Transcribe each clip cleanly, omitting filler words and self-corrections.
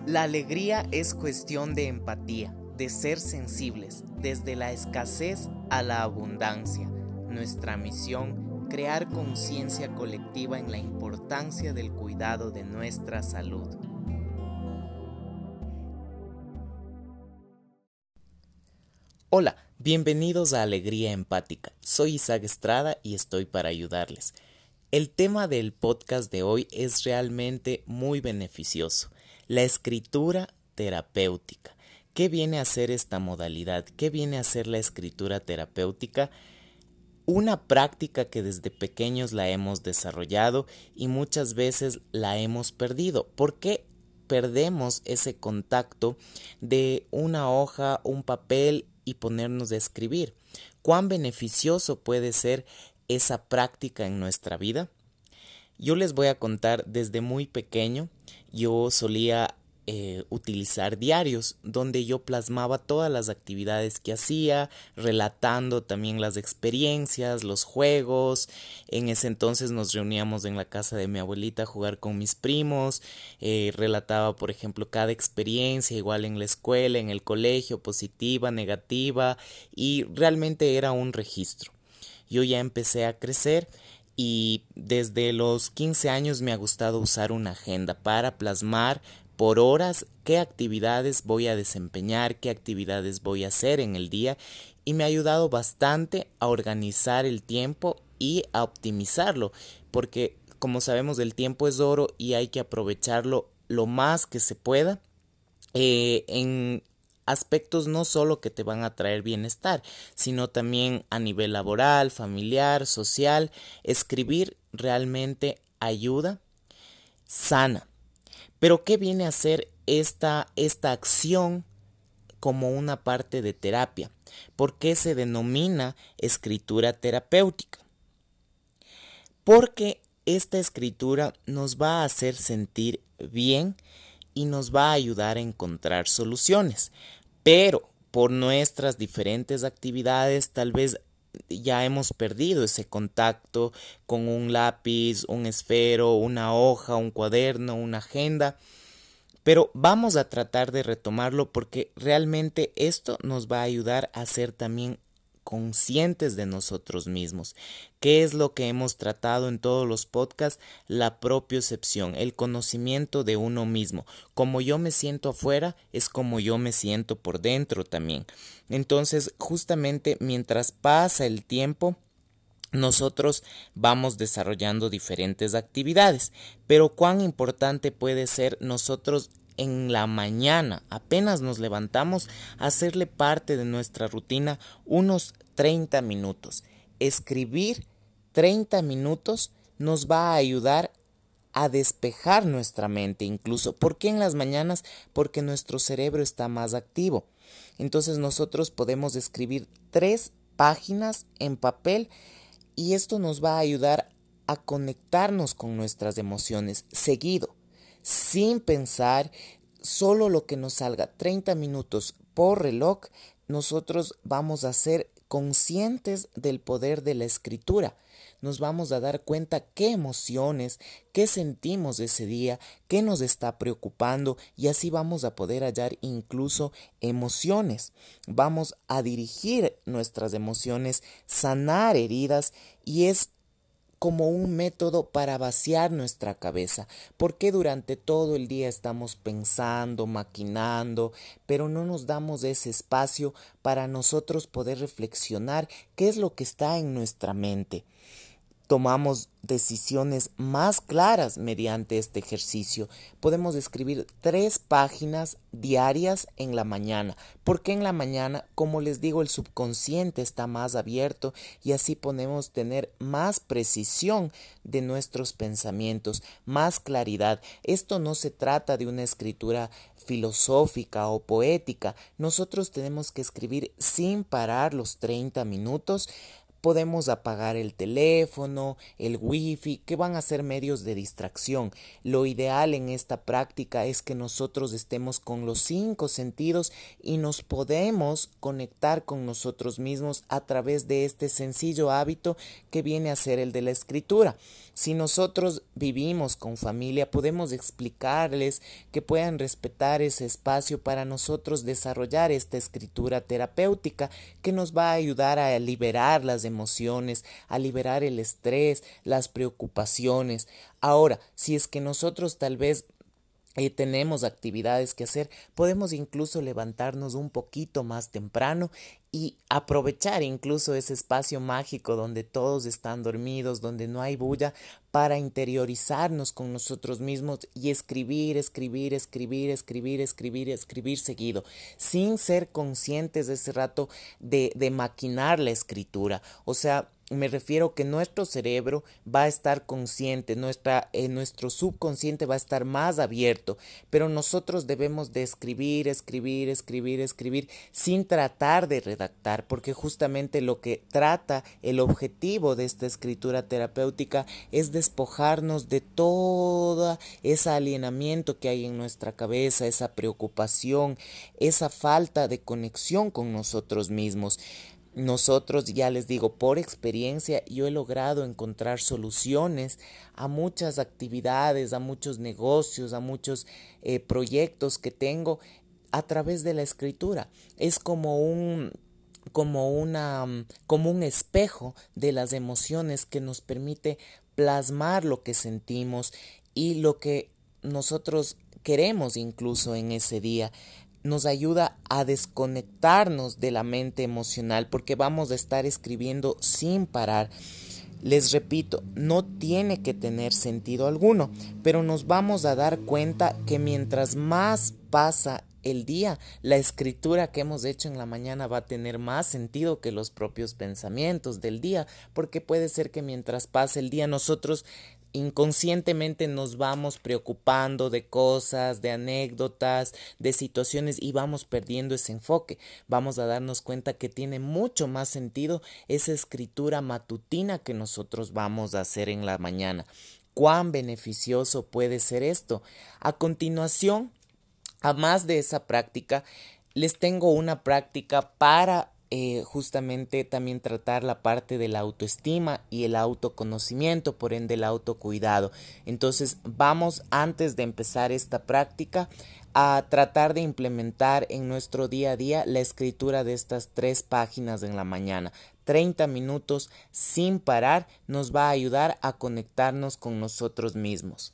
La alegría es cuestión de empatía, de ser sensibles, desde la escasez a la abundancia. Nuestra misión, crear conciencia colectiva en la importancia del cuidado de nuestra salud. Hola, bienvenidos a Alegría Empática. Soy Isaac Estrada y estoy para ayudarles. El tema del podcast de hoy es realmente muy beneficioso. La escritura terapéutica. ¿Qué viene a ser esta modalidad? ¿Qué viene a ser la escritura terapéutica? Una práctica que desde pequeños la hemos desarrollado y muchas veces la hemos perdido. ¿Por qué perdemos ese contacto de una hoja, un papel y ponernos a escribir? ¿Cuán beneficioso puede ser esa práctica en nuestra vida? Yo les voy a contar, desde muy pequeño yo solía utilizar diarios donde yo plasmaba todas las actividades que hacía, relatando también las experiencias, los juegos. En ese entonces nos reuníamos en la casa de mi abuelita a jugar con mis primos, relataba por ejemplo cada experiencia, igual en la escuela, en el colegio, positiva, negativa, y realmente era un registro. Yo ya empecé a crecer y desde los 15 años me ha gustado usar una agenda para plasmar por horas qué actividades voy a desempeñar, qué actividades voy a hacer en el día, y me ha ayudado bastante a organizar el tiempo y a optimizarlo, porque como sabemos el tiempo es oro y hay que aprovecharlo lo más que se pueda en aspectos no solo que te van a traer bienestar, sino también a nivel laboral, familiar, social. Escribir realmente ayuda, sana. Pero ¿qué viene a ser esta acción como una parte de terapia? ¿Por qué se denomina escritura terapéutica? Porque esta escritura nos va a hacer sentir bien y nos va a ayudar a encontrar soluciones. Pero por nuestras diferentes actividades tal vez ya hemos perdido ese contacto con un lápiz, un esfero, una hoja, un cuaderno, una agenda. Pero vamos a tratar de retomarlo porque realmente esto nos va a ayudar a ser también conscientes de nosotros mismos. ¿Qué es lo que hemos tratado en todos los podcasts? La propiocepción, el conocimiento de uno mismo. Como yo me siento afuera, es como yo me siento por dentro también. Entonces, justamente mientras pasa el tiempo, nosotros vamos desarrollando diferentes actividades, pero cuán importante puede ser nosotros en la mañana, apenas nos levantamos, hacerle parte de nuestra rutina unos 30 minutos. Escribir 30 minutos nos va a ayudar a despejar nuestra mente incluso. ¿Por qué en las mañanas? Porque nuestro cerebro está más activo. Entonces nosotros podemos escribir 3 páginas en papel y esto nos va a ayudar a conectarnos con nuestras emociones seguido, sin pensar, solo lo que nos salga 30 minutos por reloj. Nosotros vamos a ser conscientes del poder de la escritura. Nos vamos a dar cuenta qué emociones, qué sentimos ese día, qué nos está preocupando, y así vamos a poder hallar incluso emociones. Vamos a dirigir nuestras emociones, sanar heridas, y es como un método para vaciar nuestra cabeza, porque durante todo el día estamos pensando, maquinando, pero no nos damos ese espacio para nosotros poder reflexionar qué es lo que está en nuestra mente. Tomamos decisiones más claras mediante este ejercicio. Podemos escribir 3 páginas diarias en la mañana. ¿Por qué en la mañana? Como les digo, el subconsciente está más abierto y así podemos tener más precisión de nuestros pensamientos, más claridad. Esto no se trata de una escritura filosófica o poética. Nosotros tenemos que escribir sin parar los 30 minutos podemos apagar el teléfono, el wifi, que van a ser medios de distracción. Lo ideal en esta práctica es que nosotros estemos con los 5 sentidos y nos podemos conectar con nosotros mismos a través de este sencillo hábito que viene a ser el de la escritura. Si nosotros vivimos con familia, podemos explicarles que puedan respetar ese espacio para nosotros desarrollar esta escritura terapéutica que nos va a ayudar a liberar las emociones, a liberar el estrés, las preocupaciones. Ahora, si es que nosotros tal vez tenemos actividades que hacer, podemos incluso levantarnos un poquito más temprano y aprovechar incluso ese espacio mágico donde todos están dormidos, donde no hay bulla, para interiorizarnos con nosotros mismos y escribir, escribir, escribir, escribir, escribir, escribir seguido, sin ser conscientes de ese rato de maquinar la escritura. O sea, me refiero que nuestro cerebro va a estar consciente, nuestro subconsciente va a estar más abierto, pero nosotros debemos de escribir, escribir, escribir, escribir, sin tratar de redactar, porque justamente lo que trata el objetivo de esta escritura terapéutica es despojarnos de todo ese alienamiento que hay en nuestra cabeza, esa preocupación, esa falta de conexión con nosotros mismos. Nosotros, ya les digo, por experiencia yo he logrado encontrar soluciones a muchas actividades, a muchos negocios, a muchos proyectos que tengo a través de la escritura. Es como un espejo de las emociones que nos permite plasmar lo que sentimos y lo que nosotros queremos incluso en ese día. Nos ayuda a desconectarnos de la mente emocional porque vamos a estar escribiendo sin parar. Les repito, no tiene que tener sentido alguno, pero nos vamos a dar cuenta que mientras más pasa el día, la escritura que hemos hecho en la mañana va a tener más sentido que los propios pensamientos del día, porque puede ser que mientras pase el día nosotros inconscientemente nos vamos preocupando de cosas, de anécdotas, de situaciones y vamos perdiendo ese enfoque. Vamos a darnos cuenta que tiene mucho más sentido esa escritura matutina que nosotros vamos a hacer en la mañana. ¿Cuán beneficioso puede ser esto? A continuación, a más de esa práctica, les tengo una práctica para justamente también tratar la parte de la autoestima y el autoconocimiento, por ende el autocuidado. Entonces vamos, antes de empezar esta práctica, a tratar de implementar en nuestro día a día la escritura de estas 3 páginas en la mañana. 30 minutos sin parar nos va a ayudar a conectarnos con nosotros mismos.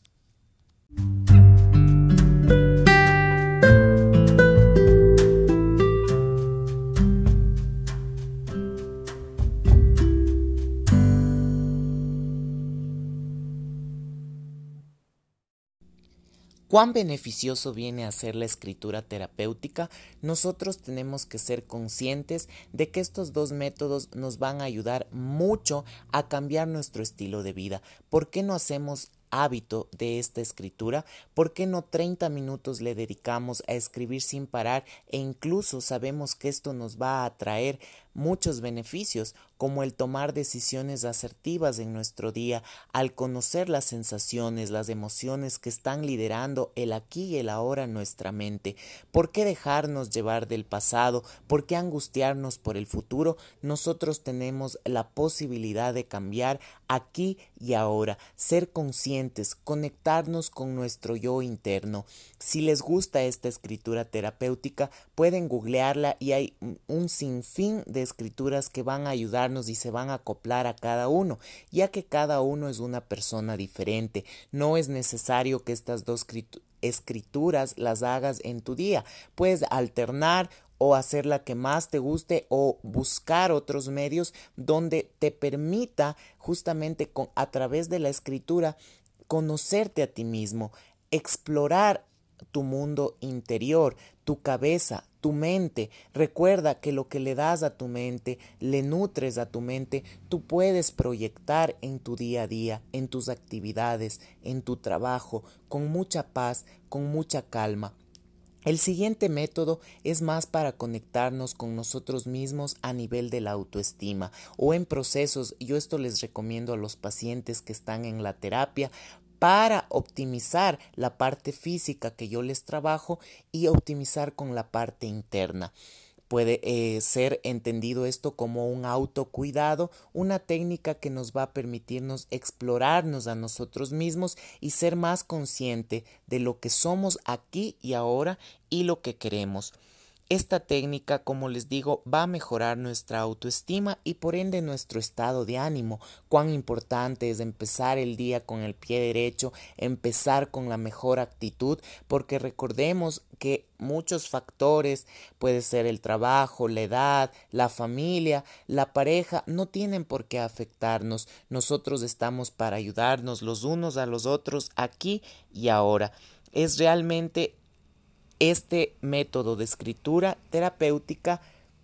¿Cuán beneficioso viene a ser la escritura terapéutica? Nosotros tenemos que ser conscientes de que estos 2 métodos nos van a ayudar mucho a cambiar nuestro estilo de vida. ¿Por qué no hacemos hábito de esta escritura? ¿Por qué no 30 minutos le dedicamos a escribir sin parar e incluso sabemos que esto nos va a traer muchos beneficios, como el tomar decisiones asertivas en nuestro día, al conocer las sensaciones, las emociones que están liderando el aquí y el ahora en nuestra mente? ¿Por qué dejarnos llevar del pasado? ¿Por qué angustiarnos por el futuro? Nosotros tenemos la posibilidad de cambiar aquí y ahora, ser conscientes, conectarnos con nuestro yo interno. Si les gusta esta escritura terapéutica, pueden googlearla y hay un sinfín de escrituras que van a ayudarnos y se van a acoplar a cada uno, ya que cada uno es una persona diferente. No es necesario que estas 2 escrituras las hagas en tu día. Puedes alternar o hacer la que más te guste o buscar otros medios donde te permita justamente a través de la escritura conocerte a ti mismo, explorar tu mundo interior, tu cabeza, tu mente. Recuerda que lo que le das a tu mente, le nutres a tu mente, tú puedes proyectar en tu día a día, en tus actividades, en tu trabajo, con mucha paz, con mucha calma. El siguiente método es más para conectarnos con nosotros mismos a nivel de la autoestima o en procesos. Yo esto les recomiendo a los pacientes que están en la terapia para optimizar la parte física que yo les trabajo y optimizar con la parte interna. Puede ser entendido esto como un autocuidado, una técnica que nos va a permitirnos explorarnos a nosotros mismos y ser más consciente de lo que somos aquí y ahora y lo que queremos. Esta técnica, como les digo, va a mejorar nuestra autoestima y por ende nuestro estado de ánimo. Cuán importante es empezar el día con el pie derecho, empezar con la mejor actitud, porque recordemos que muchos factores, puede ser el trabajo, la edad, la familia, la pareja, no tienen por qué afectarnos. Nosotros estamos para ayudarnos los unos a los otros aquí y ahora. Es realmente este método de escritura terapéutica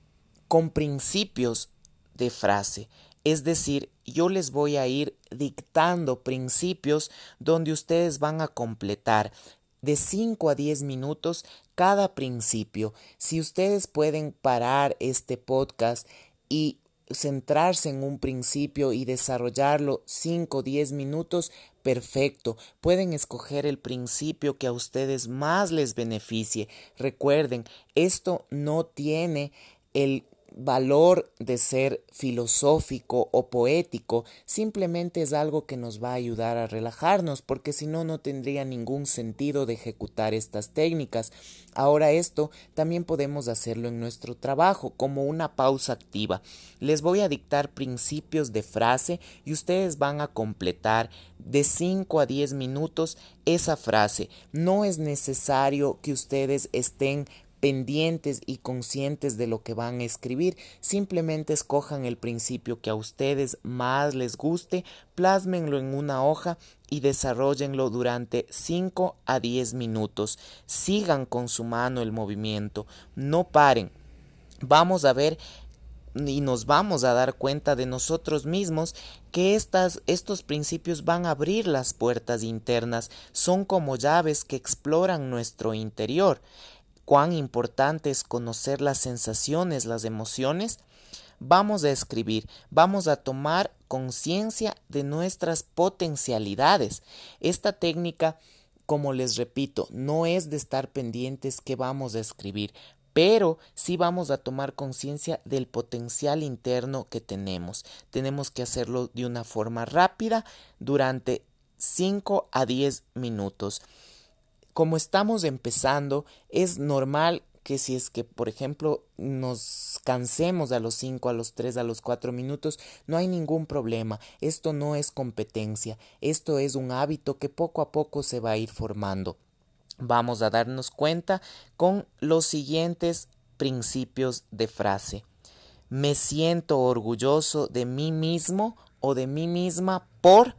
con principios de frase. Es decir, yo les voy a ir dictando principios donde ustedes van a completar de 5 a 10 minutos cada principio. Si ustedes pueden parar este podcast y centrarse en un principio y desarrollarlo 5 o 10 minutos, perfecto. Pueden escoger el principio que a ustedes más les beneficie. Recuerden, esto no tiene el valor de ser filosófico o poético, simplemente es algo que nos va a ayudar a relajarnos, porque si no, no tendría ningún sentido de ejecutar estas técnicas. Ahora esto también podemos hacerlo en nuestro trabajo como una pausa activa. Les voy a dictar principios de frase y ustedes van a completar de 5 a 10 minutos esa frase. No es necesario que ustedes estén pendientes y conscientes de lo que van a escribir. Simplemente escojan el principio que a ustedes más les guste, plásmenlo en una hoja y desarróllenlo durante 5 a 10 minutos. Sigan con su mano el movimiento, no paren. Vamos a ver y nos vamos a dar cuenta de nosotros mismos que estos principios van a abrir las puertas internas, son como llaves que exploran nuestro interior. Cuán importante es conocer las sensaciones, las emociones. Vamos a escribir, vamos a tomar conciencia de nuestras potencialidades. Esta técnica, como les repito, no es de estar pendientes que vamos a escribir, pero sí vamos a tomar conciencia del potencial interno que tenemos. Tenemos que hacerlo de una forma rápida durante 5 a 10 minutos. Como estamos empezando, es normal que si es que, por ejemplo, nos cansemos a los 5, a los 3, a los 4 minutos, no hay ningún problema. Esto no es competencia, esto es un hábito que poco a poco se va a ir formando. Vamos a darnos cuenta con los siguientes principios de frase. Me siento orgulloso de mí mismo o de mí misma por...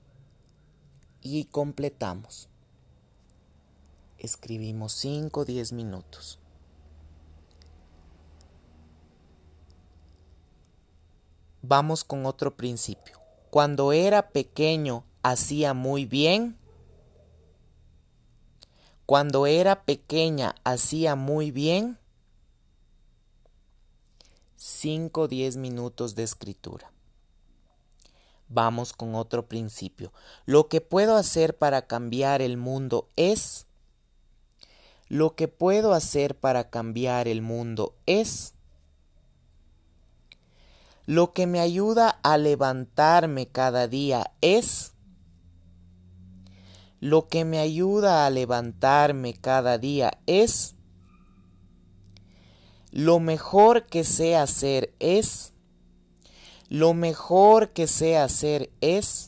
y completamos. Escribimos 5 o 10 minutos. Vamos con otro principio. Cuando era pequeño hacía muy bien. Cuando era pequeña hacía muy bien. 5 o 10 minutos de escritura. Vamos con otro principio. Lo que puedo hacer para cambiar el mundo es... Lo que puedo hacer para cambiar el mundo es... Lo que me ayuda a levantarme cada día es... Lo que me ayuda a levantarme cada día es... Lo mejor que sé hacer es... Lo mejor que sé hacer es...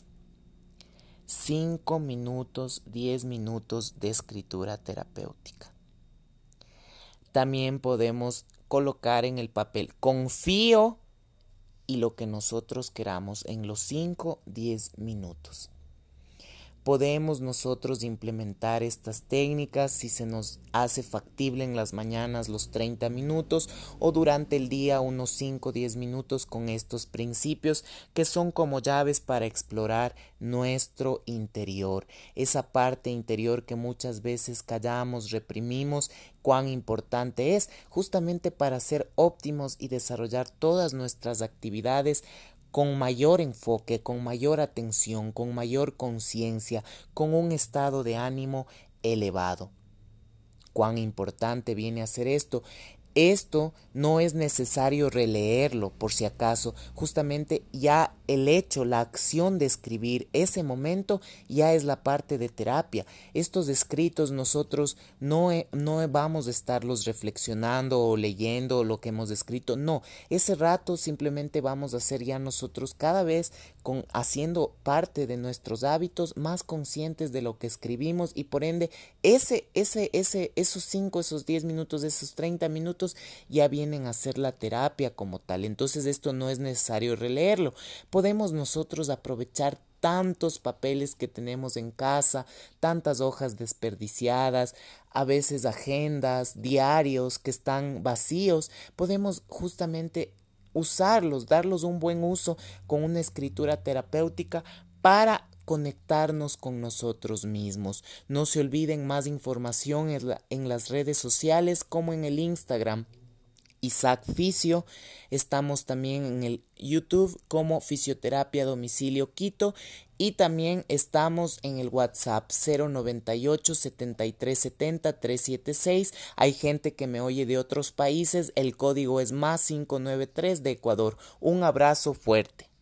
5 minutos, 10 minutos de escritura terapéutica. También podemos colocar en el papel confío y lo que nosotros queramos en los 5, 10 minutos. podemos nosotros implementar estas técnicas si se nos hace factible en las mañanas los 30 minutos o durante el día unos 5 o 10 minutos con estos principios que son como llaves para explorar nuestro interior, esa parte interior que muchas veces callamos, reprimimos, cuán importante es justamente para ser óptimos y desarrollar todas nuestras actividades con mayor enfoque, con mayor atención, con mayor conciencia, con un estado de ánimo elevado. Cuán importante viene a ser esto. Esto no es necesario releerlo por si acaso, justamente ya el hecho, la acción de escribir ese momento ya es la parte de terapia. Estos escritos nosotros no vamos a estarlos reflexionando o leyendo lo que hemos escrito, no, ese rato simplemente vamos a ser ya nosotros cada vez haciendo parte de nuestros hábitos más conscientes de lo que escribimos y por ende esos 5, esos 10 minutos, esos 30 minutos ya vienen a ser la terapia como tal. Entonces esto no es necesario releerlo. Podemos nosotros aprovechar tantos papeles que tenemos en casa, tantas hojas desperdiciadas, a veces agendas, diarios que están vacíos. Podemos justamente usarlos, darlos un buen uso con una escritura terapéutica para conectarnos con nosotros mismos. No se olviden más información en las redes sociales como en el Instagram. Isaac Fisio, estamos también en el YouTube como Fisioterapia Domicilio Quito y también estamos en el WhatsApp 098 73 70 376. Hay gente que me oye de otros países, el código es +593 de Ecuador. Un abrazo fuerte.